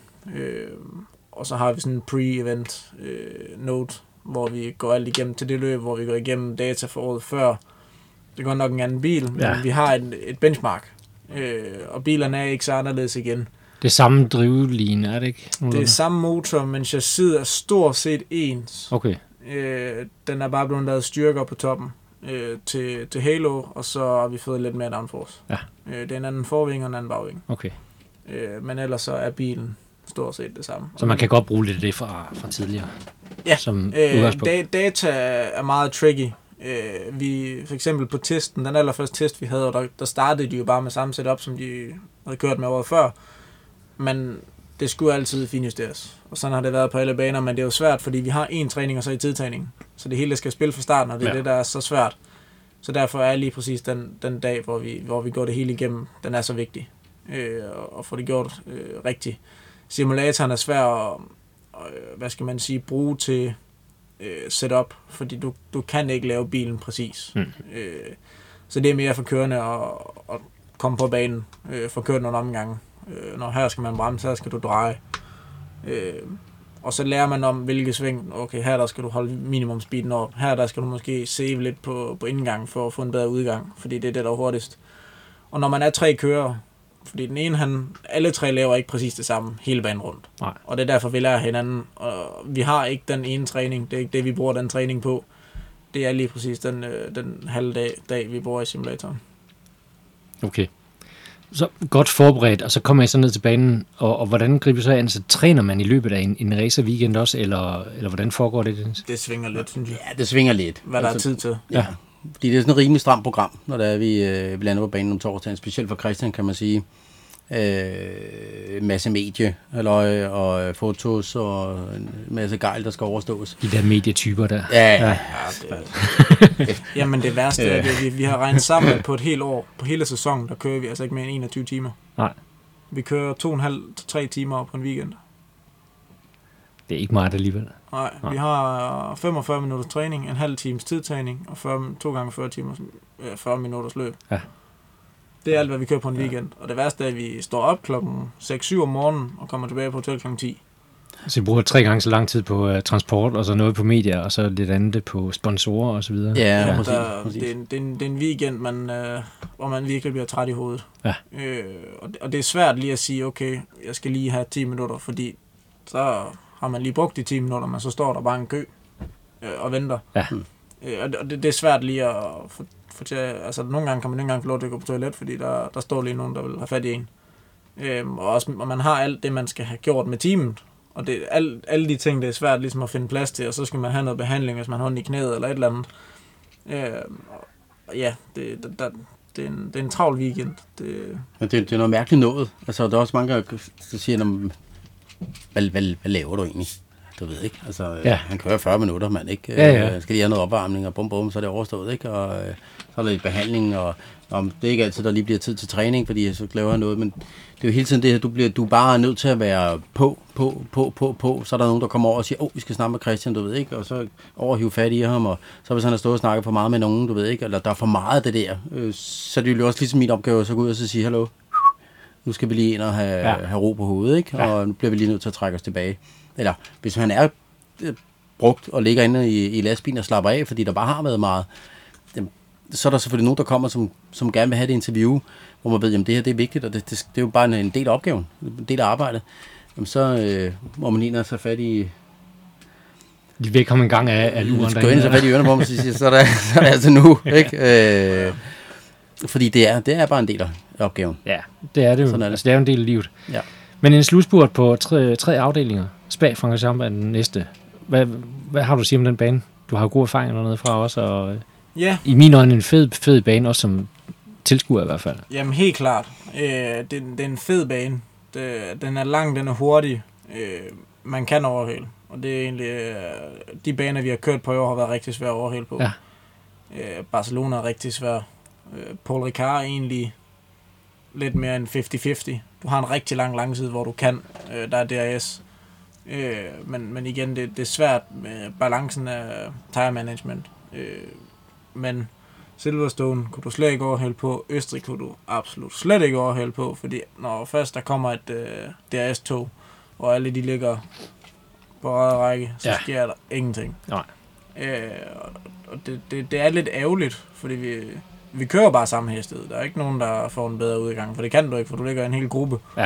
Speaker 1: Og så har vi sådan en pre-event note, hvor vi går alt igennem til det løb, hvor vi går igennem data for året før. Det går nok en anden bil, men vi har et benchmark, og bilerne er ikke så anderledes igen.
Speaker 2: Det er samme drivline, er det ikke?
Speaker 1: Det er samme motor, men chassiset er stort set ens.
Speaker 2: Okay.
Speaker 1: Den er bare blevet lavet styrker på toppen til Halo, og så har vi fået lidt mere downforce.
Speaker 2: Ja.
Speaker 1: Det er en anden forving og en anden bagving.
Speaker 2: Okay.
Speaker 1: Men ellers så er bilen stort set det samme.
Speaker 2: Så man kan godt bruge lidt af det fra tidligere?
Speaker 1: Ja,
Speaker 2: som
Speaker 1: data er meget tricky. Vi, for eksempel på testen, den allerførste test, vi havde, og der startede de jo bare med samme setup, som de havde kørt med året før. Men det skulle altid finjusteres. Og sådan har det været på alle baner, men det er jo svært, fordi vi har én træning og så i tidtræning. Så det hele skal spille fra starten, og det er det, der er så svært. Så derfor er lige præcis den dag, hvor vi går det hele igennem, den er så vigtig. Og få det gjort rigtigt. Simulatoren er svær at, hvad skal man sige, bruge til setup, fordi du kan ikke lave bilen præcis. Så det er mere for kørende at komme på banen, for kørt nogle omgange. Når her skal man bremse, her skal du dreje. Og så lærer man om, hvilke sving, okay, her der skal du holde minimumspeeden op, her der skal du måske save lidt på indgang for at få en bedre udgang, fordi det er det, der er hurtigst. Og når man er 3 kører, fordi den ene, alle 3 laver ikke præcis det samme hele banen rundt.
Speaker 2: Nej.
Speaker 1: Og det er derfor, vi lærer hinanden. Og vi har ikke den ene træning, det er ikke det, vi bruger den træning på. Det er lige præcis den halve dag, vi bruger i simulatoren.
Speaker 2: Okay. Så godt forberedt, og så kommer I så ned til banen, og hvordan griber I så an? Så træner man i løbet af en racer weekend også, eller hvordan foregår det?
Speaker 1: Det svinger lidt, synes jeg.
Speaker 3: Ja, det svinger lidt.
Speaker 1: Hvad der er tid til.
Speaker 3: Ja. Fordi det er sådan et rimelig stramt program, når der er vi lander på banen om torsdagen. Specielt for Christian, kan man sige. Masse medie, og fotos og en masse gejl, der skal overstås.
Speaker 2: De der medietyper der.
Speaker 3: Ja.
Speaker 1: Jamen det værste er, at vi har regnet sammen på et helt år, på hele sæsonen, der kører vi altså ikke mere end 21 timer.
Speaker 2: Nej.
Speaker 1: Vi kører 2,5 til 3 timer på en weekend.
Speaker 2: Det er ikke meget alligevel.
Speaker 1: Nej, vi har 45 minutters træning, en halv times tidtræning, og 2 gange 40 minutters løb.
Speaker 2: Ja.
Speaker 1: Det er alt, hvad vi kører på en weekend. Og det værste er, at vi står op klokken 6-7 om morgenen og kommer tilbage på hotel klokken 10.
Speaker 2: Så I bruger 3 gange så lang tid på transport, og så noget på medier, og så lidt andet på sponsorer og så videre.
Speaker 3: Ja,
Speaker 1: præcis. Det er en weekend, hvor man virkelig bliver træt i hovedet.
Speaker 2: Ja.
Speaker 1: Og det er svært lige at sige, okay, jeg skal lige have 10 minutter, fordi så har man lige brugt de 10 minutter, men så står der bare en kø og venter.
Speaker 2: Ja.
Speaker 1: Og det er svært lige at få altså nogle gange kan man ikke engang få lov til at gå på toilet, fordi der står lige nogen, der vil have fat i en. Og man har alt det, man skal have gjort med teamet. Og det, alle de ting, det er svært ligesom at finde plads til, og så skal man have noget behandling, hvis man har ondt i knæet eller et eller andet. Det er en travl weekend.
Speaker 3: Men det er noget mærkeligt noget. Altså, der er også mange, der siger, hvad laver du egentlig? Du ved ikke. Altså, han kører 40 minutter, man ikke. Skal lige have noget opvarmning, og bum, så er det overstået, ikke? Og så er der lidt behandling, og det er ikke altid, der lige bliver tid til træning, fordi så laver jeg noget, men det er jo hele tiden det her, du er bare nødt til at være på. Så er der nogen, der kommer over og siger, vi skal snakke med Christian, du ved ikke, og så overhive fat i ham, og så hvis han har stået og snakket for meget med nogen, du ved ikke, eller der er for meget af det der, så er det jo også ligesom min opgave at så gå ud og så sige, hallo, nu skal vi lige ind og have ro på hovedet, ikke? Og nu bliver vi lige nødt til at trække os tilbage. Eller hvis han er brugt og ligger inde i lastbilen og slapper af, fordi der bare har været meget, så er der selvfølgelig nogen, der kommer, som gerne vil have det interview, hvor man ved, jamen det her det er vigtigt, og det er jo bare en del af opgaven, en del af arbejdet. Jamen så må man ind og tage fat i...
Speaker 2: Lige væk komme en gang af luren.
Speaker 3: Skal ind og tage fat i ørerne, hvor man siger, så er det altså nu, ikke? Fordi det er bare en del af opgaven.
Speaker 2: Ja, det er det jo.
Speaker 3: Sådan er det.
Speaker 2: Altså, det er jo en del af livet.
Speaker 3: Ja.
Speaker 2: Men en slutspurt på 3 afdelinger. Spa-Francorchamps er den næste. Hvad har du at sige om den bane? Du har jo gode erfaringer dernede fra også, og i mine øjne en fed bane, også som tilskuer i hvert fald.
Speaker 1: Jamen helt klart. Det er en fed bane. Den er lang, den er hurtig. Man kan overhale. Og det er egentlig... de baner, vi har kørt på i år, har været rigtig svære at overhale på.
Speaker 2: Ja.
Speaker 1: Barcelona er rigtig svær. Paul Ricard er egentlig lidt mere end 50-50. Du har en rigtig lang langside, hvor du kan. Der er DRS. Men igen, det er svært med balancen af tire management. Men Silverstone kunne du slet ikke overhælde på. Østrig kunne du absolut slet ikke overhælde på, fordi når først der kommer et DRS-tog, og alle de ligger på røde række, så sker der ingenting.
Speaker 2: Nej.
Speaker 1: Og det er lidt ærgerligt, fordi vi kører bare samme hastighed. Der er ikke nogen, der får en bedre udgang, for det kan du ikke, for du ligger i en hel gruppe.
Speaker 2: Ja.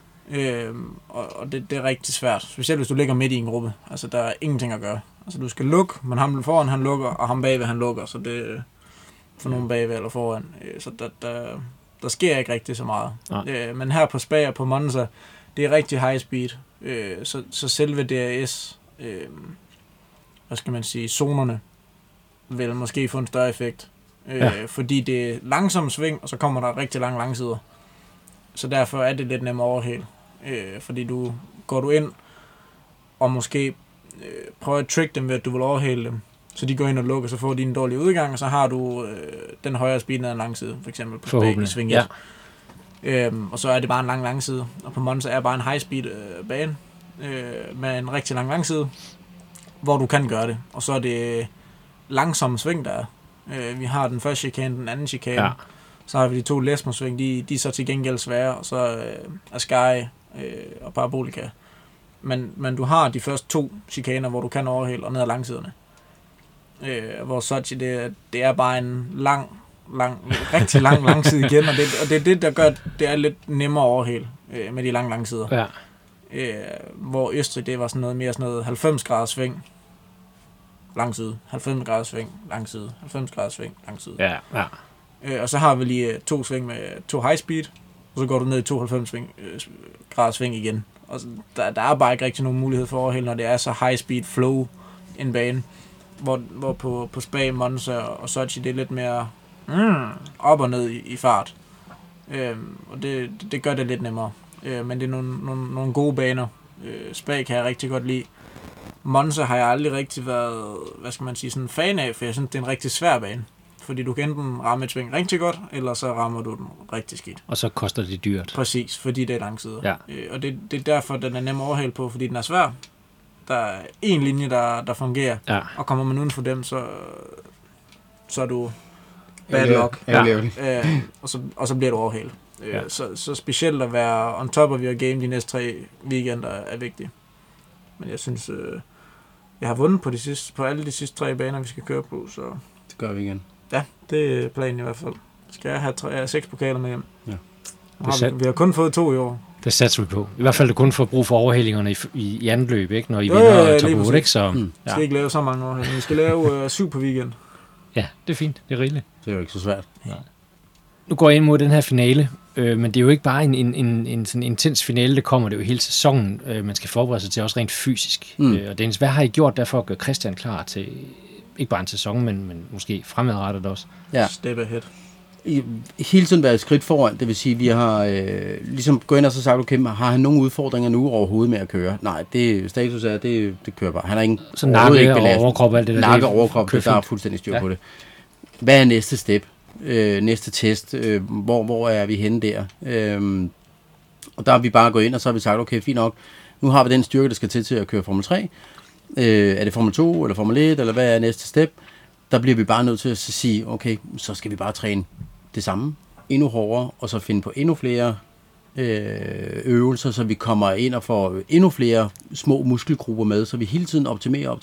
Speaker 1: Og det er rigtig svært, specielt hvis du ligger midt i en gruppe. Altså, der er ingenting at gøre. Altså, du skal lukke, men ham foran, han lukker, og ham bagved, han lukker, så det for nogen bagved eller foran. Så der sker ikke rigtig så meget. Men her på Spa og på Monza, det er rigtig high speed. Så selve DRS, hvad skal man sige, zonerne, vil måske få en større effekt. Fordi det er langsom sving, og så kommer der rigtig lange langsider. Så derfor er det lidt nemmere overhale. Fordi går du ind og måske prøver at trick dem ved, at du vil overhale dem. Så de går ind og lukker, så får de en dårlig udgang, og så har du den højere speed ned ad en langside, for eksempel på spæk i sving 1. Ja. Og så er det bare en lang langside. Og på Monza er bare en high speed bane med en rigtig lang langside, hvor du kan gøre det. Og så er det langsomme sving, der er. Vi har den første chikane, den anden chikane. Ja. Så har vi de 2 Lesmo-sving, de er så til gengæld svære, og så Ascari og Parabolica. Men du har de første 2 chikaner, hvor du kan overhale og ned ad langsiderne. Hvor Sochi, det er bare en rigtig lang langside igen, og det er det, der gør, at det er lidt nemmere overhale med de lange langsider. Ja. Hvor Østrig, det var sådan noget mere sådan noget 90 graders sving, langside, 90 graders sving, langside, 90 graders sving, langside.
Speaker 2: Ja, ja.
Speaker 1: Og så har vi lige 2 sving med 2 high speed, og så går du ned i 92 graders sving igen. Og der er bare ikke rigtig nogen mulighed for overhale, når det er så high speed flow en bane, hvor på Spa, Monza og Sochi, det er lidt mere op og ned i fart. Og det gør det lidt nemmere. Men det er nogle gode baner. Spa kan jeg rigtig godt lide. Monza har jeg aldrig rigtig været, hvad skal man sige, sådan en fan af, for jeg synes, det er en rigtig svær bane. Fordi du kan enten ramme et sving rigtig godt, eller så rammer du den rigtig skidt.
Speaker 2: Og så koster det dyrt.
Speaker 1: Præcis, fordi det er langsider.
Speaker 2: Ja.
Speaker 1: Og det er derfor, den er nem at overhale på, fordi den er svær. Der er en linje, der fungerer, og kommer man uden for dem, så er du bad luck. Og så bliver du overhalet. Så specielt at være on top of your game de næste 3 weekender er vigtigt. Men jeg synes, jeg har vundet på alle de sidste 3 baner, vi skal køre på, så...
Speaker 3: Det gør vi igen.
Speaker 1: Ja, det er planen i hvert fald. Skal jeg have 6 pokaler med hjem.
Speaker 3: Ja.
Speaker 1: Vi har kun fået 2 i år.
Speaker 2: Det satser vi på. I hvert fald du kun får brug for overhælingerne i andet løb, ikke? Når I vinder top 8, ikke? Så,
Speaker 1: Vi skal ikke lave så mange overhællinger. Vi skal lave 7 på weekend.
Speaker 2: Ja, det er fint. Det er rigeligt.
Speaker 3: Det er jo ikke så svært.
Speaker 2: Ja. Nu går jeg ind mod den her finale, men det er jo ikke bare en sådan intens finale, der kommer. Det er jo hele sæsonen, man skal forberede sig til, også rent fysisk. Og Dennis, hvad har I gjort der for at gøre Christian klar til, ikke bare en sæson, men måske fremadrettet også?
Speaker 3: Ja.
Speaker 1: Step ahead.
Speaker 3: Hele tiden været et skridt foran, det vil sige, vi har ligesom gået ind og så sagt, okay, har han nogle udfordringer nu overhovedet med at køre? Nej, status er, det kører bare. Han har ingen
Speaker 2: så nakke og overkrop, alt det der.
Speaker 3: Nakke og overkrop, der er fuldstændig styr på det. Hvad er næste step? Næste test? Hvor er vi henne der? Og der har vi bare gået ind, og så har vi sagt, okay, fint nok, nu har vi den styrke, der skal til at køre Formel 3. Er det Formel 2 eller Formel 1, eller hvad er næste step? Der bliver vi bare nødt til at sige, okay, så skal vi bare træne det samme, endnu hårdere, og så finde på endnu flere øvelser, så vi kommer ind og får endnu flere små muskelgrupper med, så vi hele tiden optimerer.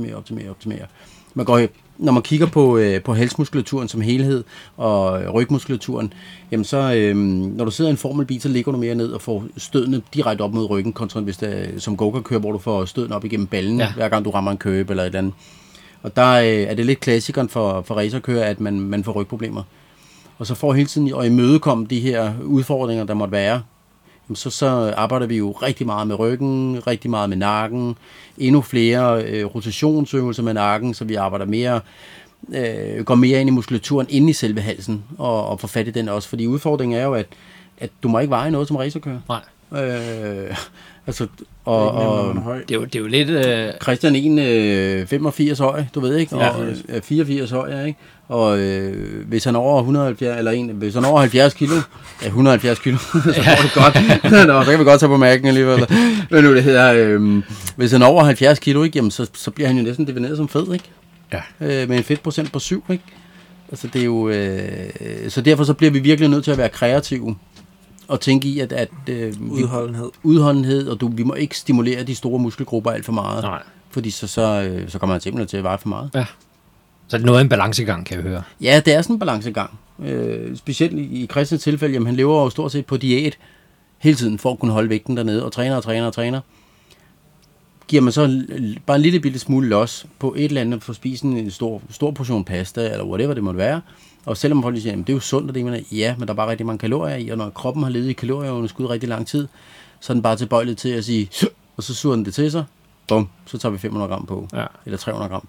Speaker 3: Når man kigger på halsmuskulaturen som helhed og rygmuskulaturen, jamen så, når du sidder i en formelbil, så ligger du mere ned og får stødene direkte op mod ryggen, kontra hvis det er som go-kart-kører, hvor du får stødene op igennem ballen, hver gang du rammer en købe eller et eller andet. Og der er det lidt klassikeren for racerkører, at man får rygproblemer. Og så for hele tiden at imødekomme de her udfordringer, der måtte være, så arbejder vi jo rigtig meget med ryggen, rigtig meget med nakken, endnu flere rotationsøvelser med nakken, så vi arbejder mere, går mere ind i muskulaturen inde i selve halsen, og får fat i den også. Fordi udfordringen er jo, at du må ikke veje noget som racerkører.
Speaker 2: Nej.
Speaker 3: Altså,
Speaker 2: det er jo lidt...
Speaker 3: Christian 85 høj, du ved ikke, og 84 høj, ikke? Og hvis han er over 170 eller hvis han er over 70 kilo, 170 kilo, så går det godt. Nå, så kan vi godt tage på mærken alligevel. Men nu det hedder, hvis han er over 70 kilo, ikke, jamen, så bliver han jo næsten defineret som fed, ikke?
Speaker 2: Ja.
Speaker 3: Med en fedtprocent på 7, ikke? Altså det er jo, så derfor så bliver vi virkelig nødt til at være kreative og tænke i, at udholdenhed, og vi må ikke stimulere de store muskelgrupper alt for meget.
Speaker 2: Nej.
Speaker 3: Fordi så kommer man simpelthen til at veje for meget.
Speaker 2: Ja. Så det er noget af en balancegang, kan jeg høre.
Speaker 3: Ja, det er sådan en balancegang. Specielt i Christians tilfælde, jamen han lever jo stort set på diæt hele tiden, for at kunne holde vægten dernede, og træner. Giver man så bare en lille bitte smule los på et eller andet, for at spise en stor portion pasta, eller whatever det måtte være. Og selvom folk siger, at det er jo sundt, og det mener, ja, men der er bare rigtig mange kalorier i, og når kroppen har levet i kalorier under skud rigtig lang tid, så er den bare tilbøjelig til at sige, og så suger den det til sig, bum, så tager vi 500 gram på, eller 300 gram på.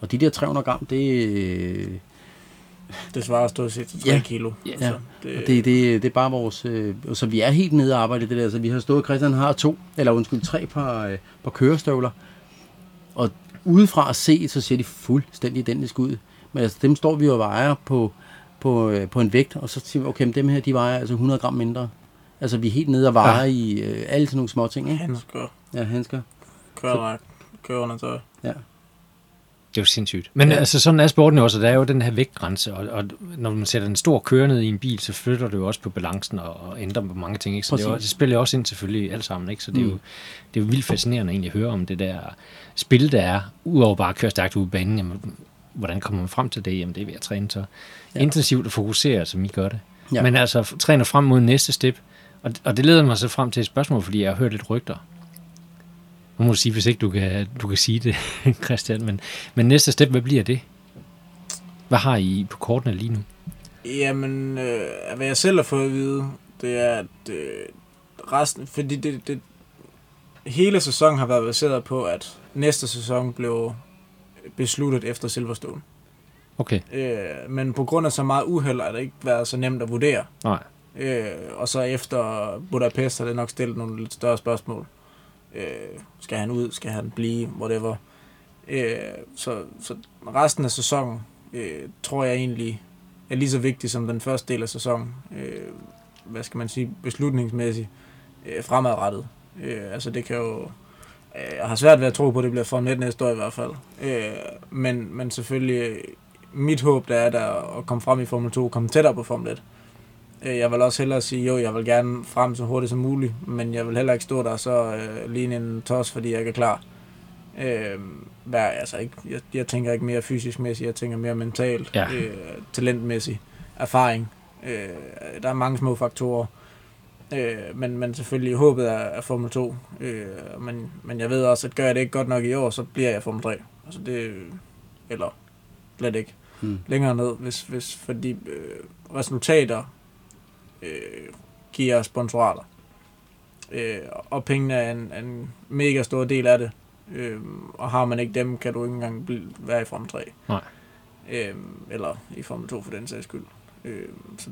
Speaker 3: Og de der 300 gram, det
Speaker 1: svarer stort set til 3 kilo.
Speaker 3: Ja,
Speaker 1: Altså,
Speaker 3: det er bare vores... så vi er helt nede og arbejde i det der. Så vi har stået, Christian har 3 par kørestøvler. Og udefra at se, så ser de fuldstændig identisk ud. Men altså, dem står vi og vejer på en vægt, og så siger vi, okay, dem her, de vejer altså 100 gram mindre. Altså, vi er helt nede og vejer i alle sådan nogle små ting, ikke?
Speaker 1: Handsker.
Speaker 3: Ja, handsker.
Speaker 1: Køreundertøj.
Speaker 3: Ja.
Speaker 2: Det er jo sindssygt. Men altså, sådan er sporten jo også, der er jo den her vægtgrænse, og når man sætter en stor køre ned i en bil, så flytter det jo også på balancen og ændrer på mange ting, ikke? Så det spiller jo også ind selvfølgelig alt sammen, ikke? Så det er jo vildt fascinerende egentlig at høre om det der spil, der er, udover bare at køre stærkt ud i banen. Jamen, hvordan kommer man frem til det? Jamen, det er ved at træne så intensivt og fokusere, som I gør det. Ja. Men altså, træner frem mod næste step, og det leder mig så frem til et spørgsmål, fordi jeg har hørt lidt rygter. Nu må du sige, hvis ikke du kan sige det, Christian, men næste step, hvad bliver det? Hvad har I på kortene lige nu?
Speaker 1: Jamen, hvad jeg selv har fået at vide, det er, at resten, fordi det hele sæsonen har været baseret på, at næste sæson blev besluttet efter Silverstone.
Speaker 2: Okay.
Speaker 1: Men på grund af så meget uheld, har det ikke været så nemt at vurdere.
Speaker 2: Nej.
Speaker 1: Og så efter Budapest har det nok stillet nogle lidt større spørgsmål. Skal han ud? Skal han blive? Whatever. Så resten af sæsonen tror jeg egentlig er lige så vigtig som den første del af sæsonen. Hvad skal man sige? Beslutningsmæssigt fremadrettet. Altså det kan jo... Jeg har svært ved at tro på, at det bliver Formel 1 næste år i hvert fald. Men selvfølgelig mit håb der er der at komme frem i Formel 2, komme tættere på Formel 1. Jeg vil også hellere sige, jo, jeg vil gerne frem så hurtigt som muligt, men jeg vil heller ikke stå der så lige en tos, fordi jeg ikke er klar. Altså ikke, jeg tænker ikke mere fysisk-mæssigt, jeg tænker mere mentalt, talentmæssigt, erfaring. Der er mange små faktorer, men selvfølgelig håbet er Formel 2. Men jeg ved også, at gør jeg det ikke godt nok i år, så bliver jeg Formel 3. Altså det, eller slet ikke. Længere ned, hvis fordi resultater giver sponsorater. Og pengene er en mega stor del af det. Og har man ikke dem, kan du ikke engang være i Formel 3.
Speaker 2: Nej.
Speaker 1: Eller i Formel 2 for den sags skyld. Så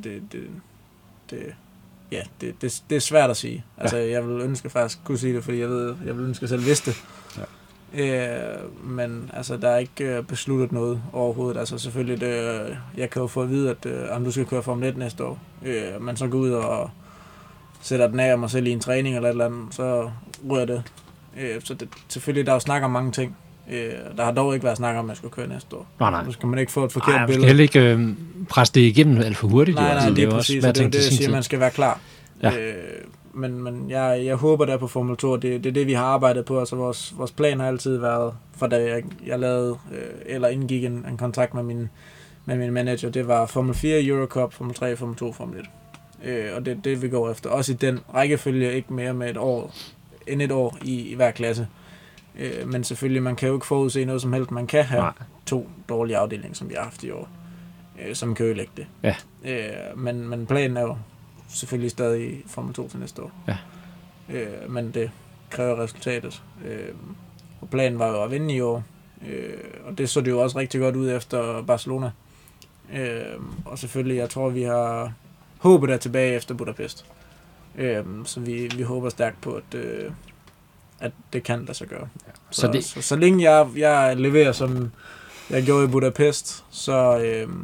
Speaker 1: det er svært at sige. Altså, jeg vil ønske faktisk kunne sige det, fordi jeg vil ønske, at jeg selv vidste det. Ja. Men altså, der er ikke besluttet noget overhovedet. Altså selvfølgelig, jeg kan jo få at vide, at om du skal køre Formel 1 næste år, man så går ud og sætter den af mig selv i en træning eller et eller andet, så rører det. Så selvfølgelig, der er jo snak om mange ting. Der har dog ikke været snak om, at man skal køre næste år.
Speaker 2: Nej.
Speaker 1: Så skal man ikke få et forkert billede.
Speaker 2: Man skal heller ikke presse det igennem alt for hurtigt.
Speaker 1: Nej,
Speaker 2: det
Speaker 1: er præcis. Det er det, jeg siger, man skal være klar.
Speaker 2: Ja.
Speaker 1: Men jeg håber der på Formel 2, det er det, vi har arbejdet på. Altså vores plan har altid været, for da jeg lavede, eller indgik en kontakt med min manager, det var Formel 4, Eurocup, Formel 3, Formel 2, Formel 1. Og det vi går efter. Også i den rækkefølge, ikke mere med et år i hver klasse. Men selvfølgelig, man kan jo ikke forudse noget som helst. Man kan have 2 dårlige afdelinger, som vi har haft i år, som kan ødelægge det.
Speaker 2: Ja.
Speaker 1: Men planen er jo selvfølgelig stadig Formel 2 til næste år.
Speaker 2: Ja.
Speaker 1: Men det kræver resultatet. Og planen var jo at vinde i år. Og det så det jo også rigtig godt ud efter Barcelona. Og selvfølgelig, jeg tror, vi har håbet der tilbage efter Budapest. Så vi håber stærkt på, at det kan lade sig gøre. Ja. Så længe jeg leverer, som jeg gjorde i Budapest, så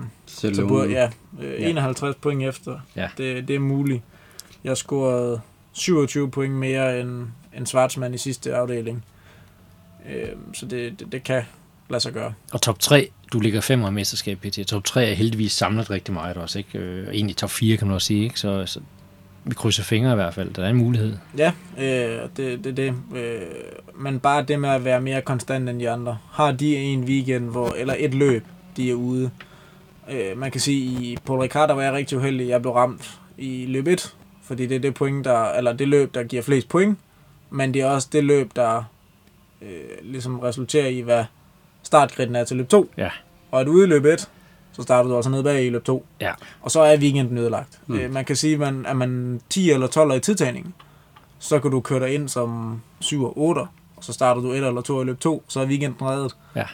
Speaker 1: 51 point efter. Ja. Det er muligt. Jeg scorede 27 point mere end Schwarzman i sidste afdeling. Så det kan lade sig gøre.
Speaker 2: Og top 3, du ligger 5 i mesterskab, PT. Top 3 er heldigvis samlet rigtig meget også, ikke? Egentlig top 4, kan man også sige, ikke? Så vi krydser fingre i hvert fald. Der er en mulighed.
Speaker 1: Ja, det. Men bare det med at være mere konstant end de andre. Har de en weekend, eller et løb, de er ude. Man kan sige, i Paul Ricard var jeg rigtig uheldig. Jeg blev ramt i løb 1, fordi det er det løb, der giver flest point. Men det er også det løb, der ligesom resulterer i, hvad startgriden er til løb 2.
Speaker 2: Ja.
Speaker 1: Og et ude i løb 1, så starter du altså nede bag i løb 2.
Speaker 2: Ja.
Speaker 1: Og så er weekenden ødelagt. Man kan sige, at er man 10 eller 12 i tidtagningen, så kan du køre dig ind som 7 og 8, og så starter du 1 eller 2 i løb 2, så er weekenden reddet.
Speaker 2: Ja.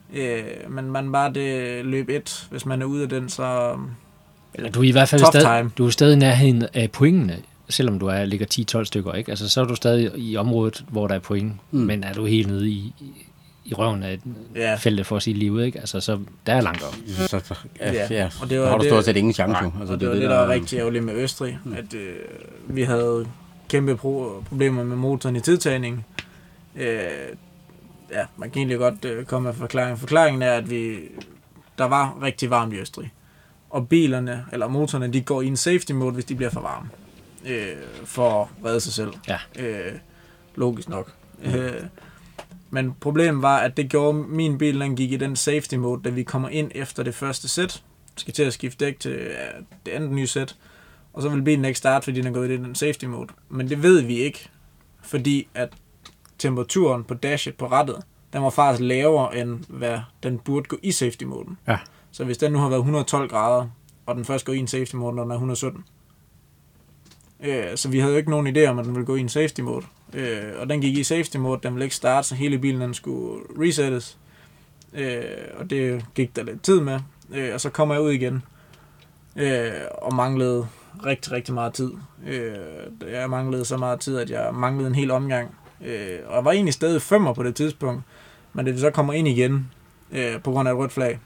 Speaker 1: Men man bare det løb 1, hvis man er ude af den, så
Speaker 2: eller du er i hvert fald stadig i nærheden af pointene, selvom du ligger 10-12 stykker, ikke? Altså, så er du stadig i området, hvor der er point, men er du helt nede i røven af feltet, for at sige livet, ikke? Altså, så der er langt op.
Speaker 3: Og det var, har du stort set ingen chance.
Speaker 1: Altså, det var det, der var rigtig ærgerligt med Østrig, at vi havde kæmpe problemer med motoren i tidtagning. Man kan egentlig godt komme med forklaringen. Forklaringen er, at der var rigtig varmt i Østrig. Og bilerne, eller motorerne, de går i en safety mode, hvis de bliver for varme. For at redde sig selv. Ja. Logisk nok. Men problemet var, at det gjorde min bil, den gik i den safety mode, da vi kommer ind efter det første sæt. Skal til at skifte dæk til det andet nye sæt. Og så vil bilen ikke starte, fordi den er gået i den safety mode. Men det ved vi ikke, fordi at temperaturen på dashet på rattet, den var faktisk lavere, end hvad den burde gå i safety moden. Ja. Så hvis den nu har været 112 grader, og den først går i en safety mode, når den er 117. Så vi havde jo ikke nogen idé om, at den ville gå i en safety mode. Og den gik i safety mode, den ville ikke starte, så hele bilen den skulle resettes. Og det gik der lidt tid med. Og så kommer jeg ud igen, og manglede rigtig, rigtig meget tid. Jeg manglede så meget tid, at jeg manglede en hel omgang. Og jeg var egentlig stadig 5'er på det tidspunkt, men det så kommer ind igen, på grund af et rødt flag.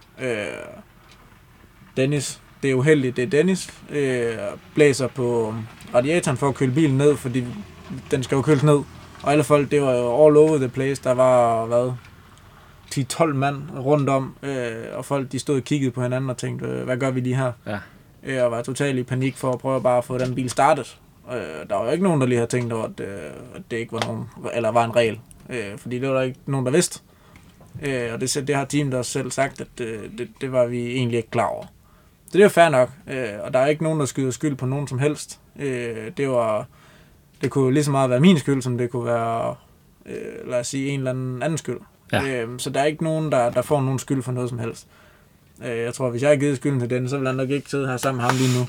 Speaker 1: Dennis, det er uheldigt, det er Dennis, blæser på radiatoren for at køle bilen ned, fordi den skal jo køles ned. Og alle folk, det var jo all over the place. Der var, 10-12 mand rundt om, og folk, de stod og kiggede på hinanden og tænkte, hvad gør vi lige her? Ja. Og var totalt i panik for at prøve bare at få den bil startet. Der var jo ikke nogen, der lige havde tænkt over, at det ikke var nogen, eller var en regel. Fordi det var der ikke nogen, der vidste. Og det har teamet også selv sagt, at det var vi egentlig ikke klar over. Så det er jo fair nok, og der er ikke nogen, der skyder skyld på nogen som helst. Det kunne lige så meget være min skyld, som det kunne være, lad os sige, en eller anden skyld. Ja. Så der er ikke nogen, der får nogen skyld for noget som helst. Jeg tror, hvis jeg har givet skylden til den, så vil han nok ikke sidde her sammen med ham lige nu.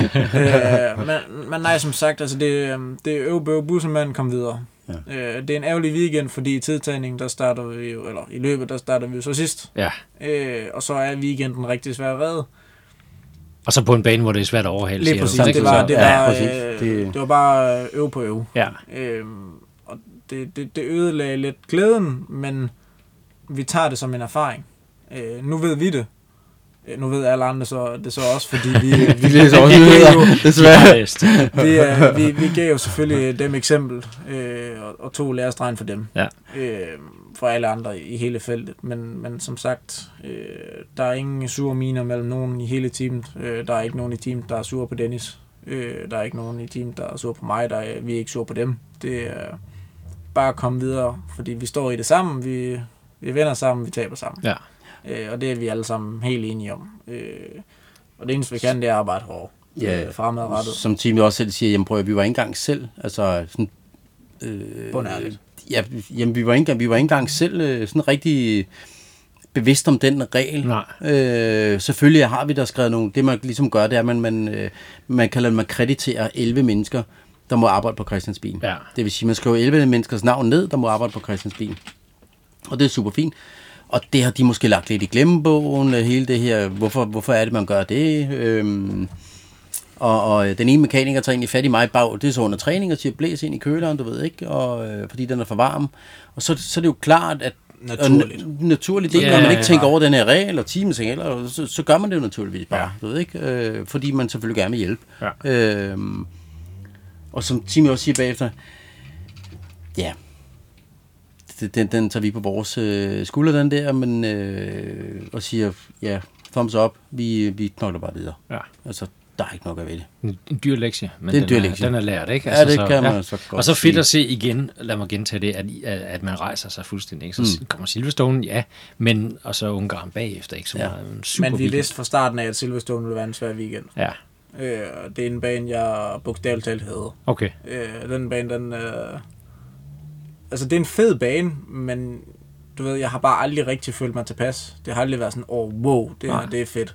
Speaker 1: Men nej, som sagt, altså det er øvbøv, bussemanden kom videre. Ja. Det er en ærgerlig weekend, fordi i tidtagningen, der starter vi jo, eller i løbet, der starter vi jo så sidst. Ja. Og så er weekenden rigtig svær at redde.
Speaker 2: Og så på en bane, hvor det er svært at overhale.
Speaker 1: Lige præcis, det var bare øve på øve. Ja. Og det ødelagde lidt glæden, men vi tager det som en erfaring. Nu ved vi det. Nu ved alle andre så det så også, fordi vi
Speaker 3: læser også
Speaker 1: desværre. Vi gav jo selvfølgelig dem eksempel og tog lærestregen for dem. Ja. For alle andre i hele feltet. Men som sagt, der er ingen sure miner mellem nogen i hele teamet. Der er ikke nogen i teamet, der er sure på Dennis. Der er ikke nogen i teamet, der er sure på mig. Vi er ikke sure på dem. Det er bare at komme videre, fordi vi står i det sammen. Vi vinder sammen, vi taber sammen. Ja. Og det er vi alle sammen helt enige om. Og det eneste vi kan, det er at arbejde hårdt. Fremadrettet.
Speaker 3: Som teamet også selv siger, jamen prøv, vi var ikke engang selv. Altså sådan...
Speaker 1: Bundærligt.
Speaker 3: Jamen vi var ikke engang selv sådan rigtig bevidst om den regel. Nej. Selvfølgelig har vi der skrevet nogle... Det man ligesom gør, det er, at man krediterer 11 mennesker, der må arbejde på Christians bil. Ja. Det vil sige, man skriver 11 menneskers navn ned, der må arbejde på Christians bil. Og det er super fint. Og det har de måske lagt lidt i glemmebogen, hele det her, hvorfor er det, man gør det? Og den ene mekaniker tager egentlig fat i mig bag, det er så under træning, og siger, blæs ind i køleren, du ved ikke, og, fordi den er for varm. Og så er det jo klart, at naturligt det, når man ikke tænker over den her regel, og teamets så gør man det jo naturligvis bare, du ved ikke, fordi man selvfølgelig gerne vil hjælpe. Ja. Og som teamet også siger bagefter, ja, den tager vi på vores skulder, den der, men og siger, ja, thumbs up, vi knokler bare videre. Ja. Altså, der er ikke nok at vælge.
Speaker 2: En dyr lektie, men den er lært, ikke?
Speaker 3: Altså, ja, det kan man så godt.
Speaker 2: Og så fedt at se igen, lad mig gentage det, at man rejser sig fuldstændig, ikke? Så kommer Silverstone, ja, men og så Ungarn bagefter, ikke? Så
Speaker 1: men vi vidste fra starten af, at Silverstone ville være en svær weekend. Ja. Det er en bane, jeg bogstaveligt talt havde. Okay. Den bane, altså, det er en fed bane, men du ved, jeg har bare aldrig rigtig følt mig tilpas. Det har aldrig været sådan, wow, det her, det er fedt.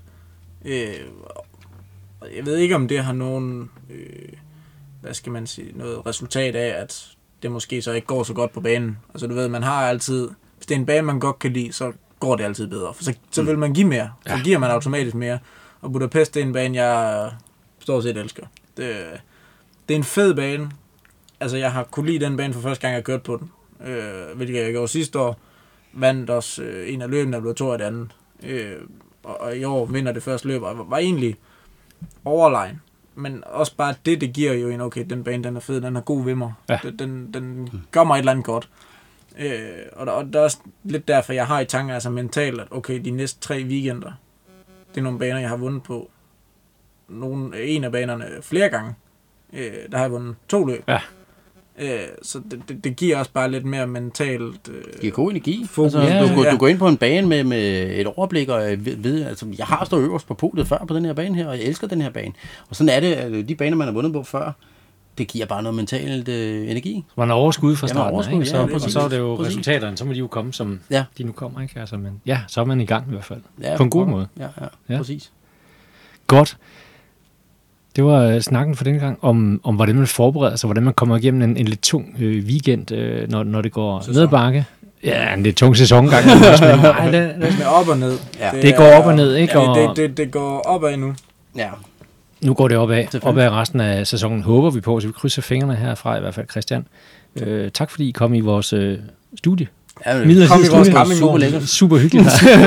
Speaker 1: Jeg ved ikke, om det har nogen, hvad skal man sige, noget resultat af, at det måske så ikke går så godt på banen. Altså, du ved, man har altid, hvis det er en bane, man godt kan lide, så går det altid bedre. For så vil man give mere. Så giver man automatisk mere. Og Budapest, det er en bane, jeg stort set elsker. Det er en fed bane. Altså, jeg har kunne lide den bane for første gang, jeg kørte på den. Hvilket jeg gjorde sidste år. Vandt også en af løbene, der blev 2 af det andet. Og i år vinder det første løb, og var egentlig overlegen. Men også bare det giver jo en, okay, den bane, den er fed, den er god ved mig. Ja. Den gør mig et eller andet godt. Og det er også lidt derfor, jeg har i tanker, altså mentalt, at okay, de næste 3 weekender, det er nogle baner, jeg har vundet på. En af banerne flere gange. Der har jeg vundet 2 løb. Ja. Så det giver også bare lidt mere mentalt
Speaker 3: det giver god energi. Altså, du går ind på en bane med et overblik, og ved, altså, jeg har stået øverst på podiet før på den her bane her, og jeg elsker den her bane. Og sådan er det, de baner, man har vundet på før, det giver bare noget mentalt energi.
Speaker 2: Man har overskud fra starten, ikke? Så er det jo
Speaker 3: præcis.
Speaker 2: Resultaterne, så må de jo komme, som de nu kommer, ikke? Altså, men så er man i gang i hvert fald.
Speaker 3: Ja,
Speaker 2: på en god måde.
Speaker 3: Ja, præcis.
Speaker 2: Godt. Det var snakken for den gang om hvordan man forbereder sig, hvordan man kommer igennem en lidt tung weekend, når det går ned ad bakke. Ja, en lidt tung sæsongang.
Speaker 1: Det er op og ned.
Speaker 2: Ja. Det går op og ned, ikke?
Speaker 1: Det går opad nu.
Speaker 2: Ja. Nu går det opad resten af sæsonen, håber vi på, så vi krydser fingrene herfra, i hvert fald, Christian. Tak fordi I kom i vores studie.
Speaker 3: Ja, kom i vores campingvogn.
Speaker 2: Super hyggeligt.
Speaker 3: Det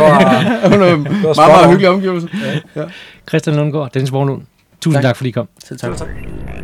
Speaker 3: var meget hyggelig omgivelse.
Speaker 2: Christian Lundgaard, Dennis Vorlund. Tusind tak fordi I kom.
Speaker 3: Selv tak.